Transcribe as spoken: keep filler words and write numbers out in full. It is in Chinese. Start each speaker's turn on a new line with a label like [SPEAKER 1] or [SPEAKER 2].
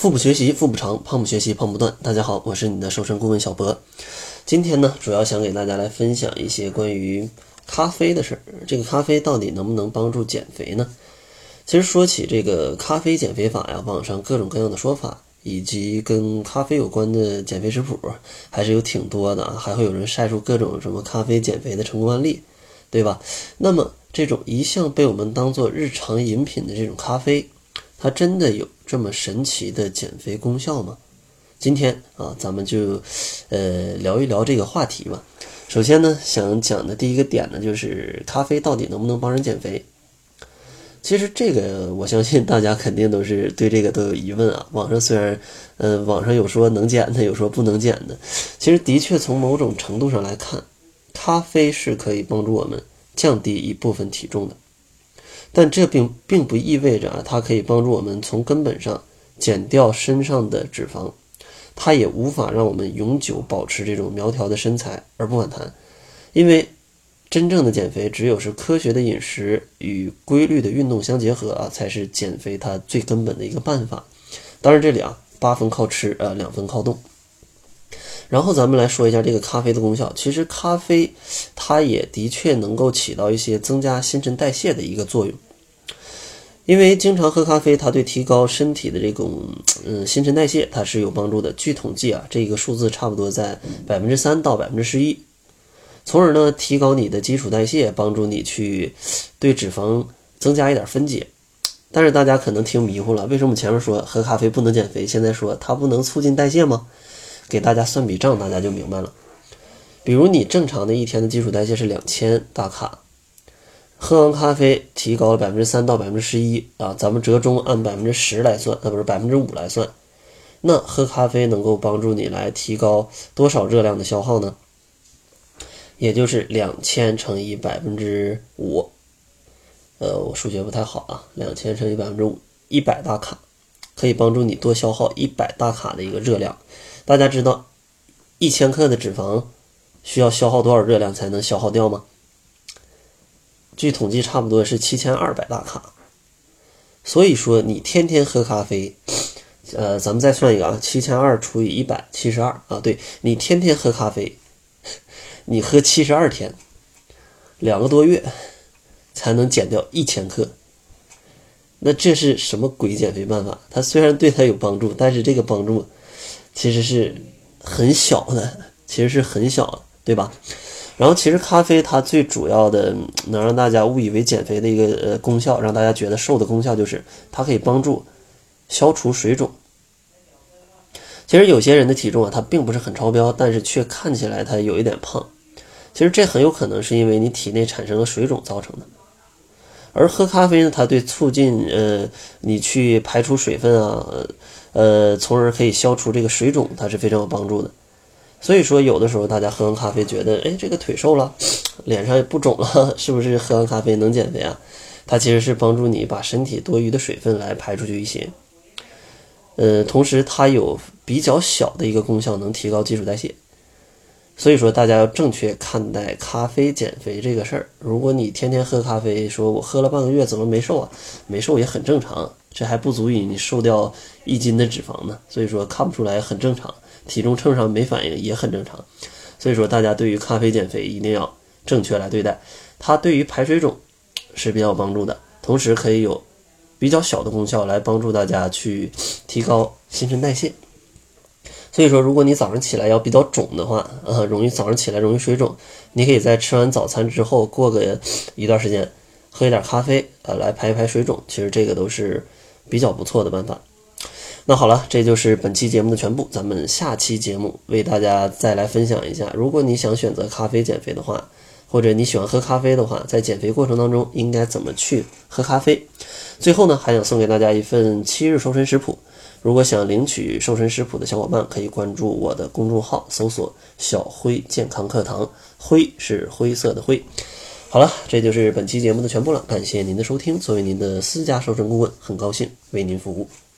[SPEAKER 1] 腹部学习腹部长，胖不学习胖不断。大家好，我是你的瘦身顾问小博。今天呢，主要想给大家来分享一些关于咖啡的事儿。这个咖啡到底能不能帮助减肥呢？其实说起这个咖啡减肥法呀，网上各种各样的说法，以及跟咖啡有关的减肥食谱还是有挺多的啊，还会有人晒出各种什么咖啡减肥的成功案例，对吧？那么这种一向被我们当做日常饮品的这种咖啡，它真的有这么神奇的减肥功效吗？今天啊，咱们就呃聊一聊这个话题吧。首先呢，想讲的第一个点呢，就是咖啡到底能不能帮人减肥？其实这个我相信大家肯定都是对这个都有疑问啊。网上虽然呃网上有说能减的，有说不能减的，其实的确从某种程度上来看，咖啡是可以帮助我们降低一部分体重的。但这并并不意味着啊，它可以帮助我们从根本上减掉身上的脂肪，它也无法让我们永久保持这种苗条的身材而不反弹。因为真正的减肥只有是科学的饮食与规律的运动相结合啊，才是减肥它最根本的一个办法。当然这里啊，八分靠吃啊，两分靠动。然后咱们来说一下这个咖啡的功效。其实咖啡它也的确能够起到一些增加新陈代谢的一个作用，因为经常喝咖啡，它对提高身体的这种嗯新陈代谢它是有帮助的。据统计啊，这个数字差不多在百分之三到百分之十一，从而呢提高你的基础代谢，帮助你去对脂肪增加一点分解。但是大家可能听迷糊了，为什么前面说喝咖啡不能减肥，现在说它不能促进代谢吗？给大家算笔账，大家就明白了。比如你正常的一天的基础代谢是两千大卡，喝完咖啡提高了百分之三到百分之十一啊，咱们折中按百分之十来算，啊不是百分之五来算。那喝咖啡能够帮助你来提高多少热量的消耗呢？也就是两千乘以百分之五，呃，我数学不太好啊，两千乘以百分之五，一百大卡，可以帮助你多消耗一百大卡的一个热量。大家知道一千克的脂肪需要消耗多少热量才能消耗掉吗？据统计差不多是七千二百大卡。所以说你天天喝咖啡，呃，咱们再算一个啊，七千二除以一百，七十二啊，对，你天天喝咖啡，你喝七十二天，两个多月才能减掉一千克。那这是什么鬼减肥办法？它虽然对它有帮助，但是这个帮助其实是很小的，其实是很小的，对吧？然后其实咖啡它最主要的能让大家误以为减肥的一个呃功效，让大家觉得瘦的功效，就是它可以帮助消除水肿。其实有些人的体重啊，它并不是很超标，但是却看起来它有一点胖。其实这很有可能是因为你体内产生了水肿造成的。而喝咖啡呢，它对促进呃你去排出水分啊，呃，从而可以消除这个水肿，它是非常有帮助的。所以说有的时候大家喝完咖啡觉得，哎，这个腿瘦了，脸上也不肿了，是不是喝完咖啡能减肥啊？它其实是帮助你把身体多余的水分来排出去一些。呃，同时它有比较小的一个功效，能提高基础代谢。所以说大家要正确看待咖啡减肥这个事儿。如果你天天喝咖啡，说我喝了半个月怎么没瘦啊？没瘦也很正常，这还不足以你瘦掉一斤的脂肪呢。所以说看不出来很正常，体重秤上没反应也很正常。所以说大家对于咖啡减肥一定要正确来对待，它对于排水肿是比较有帮助的，同时可以有比较小的功效来帮助大家去提高新陈代谢。所以说如果你早上起来要比较肿的话，呃，容易早上起来容易水肿，你可以在吃完早餐之后过个一段时间喝一点咖啡，呃，来排一排水肿。其实这个都是比较不错的办法。那好了，这就是本期节目的全部，咱们下期节目为大家再来分享一下，如果你想选择咖啡减肥的话，或者你喜欢喝咖啡的话，在减肥过程当中应该怎么去喝咖啡。最后呢，还想送给大家一份七日瘦身食谱。如果想领取瘦身食谱的小伙伴，可以关注我的公众号，搜索小辉健康课堂，灰是灰色的灰。好了，这就是本期节目的全部了，感谢您的收听。作为您的私家瘦身顾问，很高兴为您服务。